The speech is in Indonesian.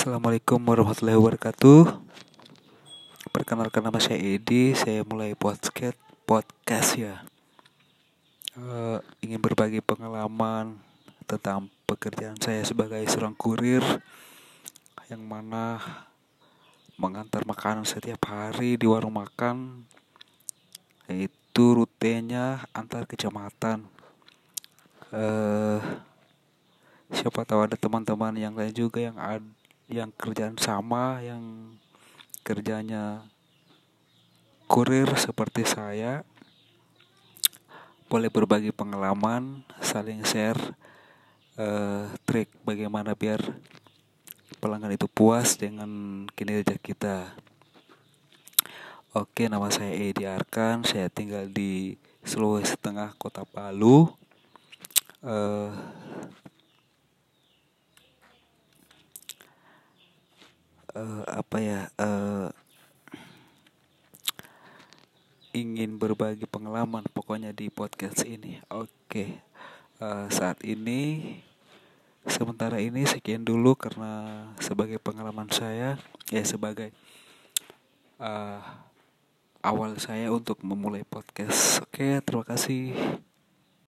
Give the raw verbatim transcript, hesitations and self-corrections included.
Assalamualaikum warahmatullahi wabarakatuh. Perkenalkan, nama saya Edi. Saya mulai podcast podcast ya. Uh, ingin berbagi pengalaman tentang pekerjaan saya sebagai seorang kurir, yang mana mengantar makanan setiap hari di warung makan, yaitu rutenya antar kecamatan. Uh, siapa tahu ada teman-teman yang lain juga yang ada yang kerjaan sama, yang kerjanya kurir seperti saya. Boleh berbagi pengalaman, saling share uh, trik bagaimana biar pelanggan itu puas dengan kinerja kita. Oke, nama saya Edi Arkan. Saya tinggal di Sulawesi Tengah, Kota Palu. uh, uh, apa ya uh, ingin berbagi pengalaman pokoknya di podcast ini. Oke, uh, saat ini sementara ini sekian dulu, karena sebagai pengalaman saya ya, sebagai uh, awal saya untuk memulai podcast. Oke, terima kasih.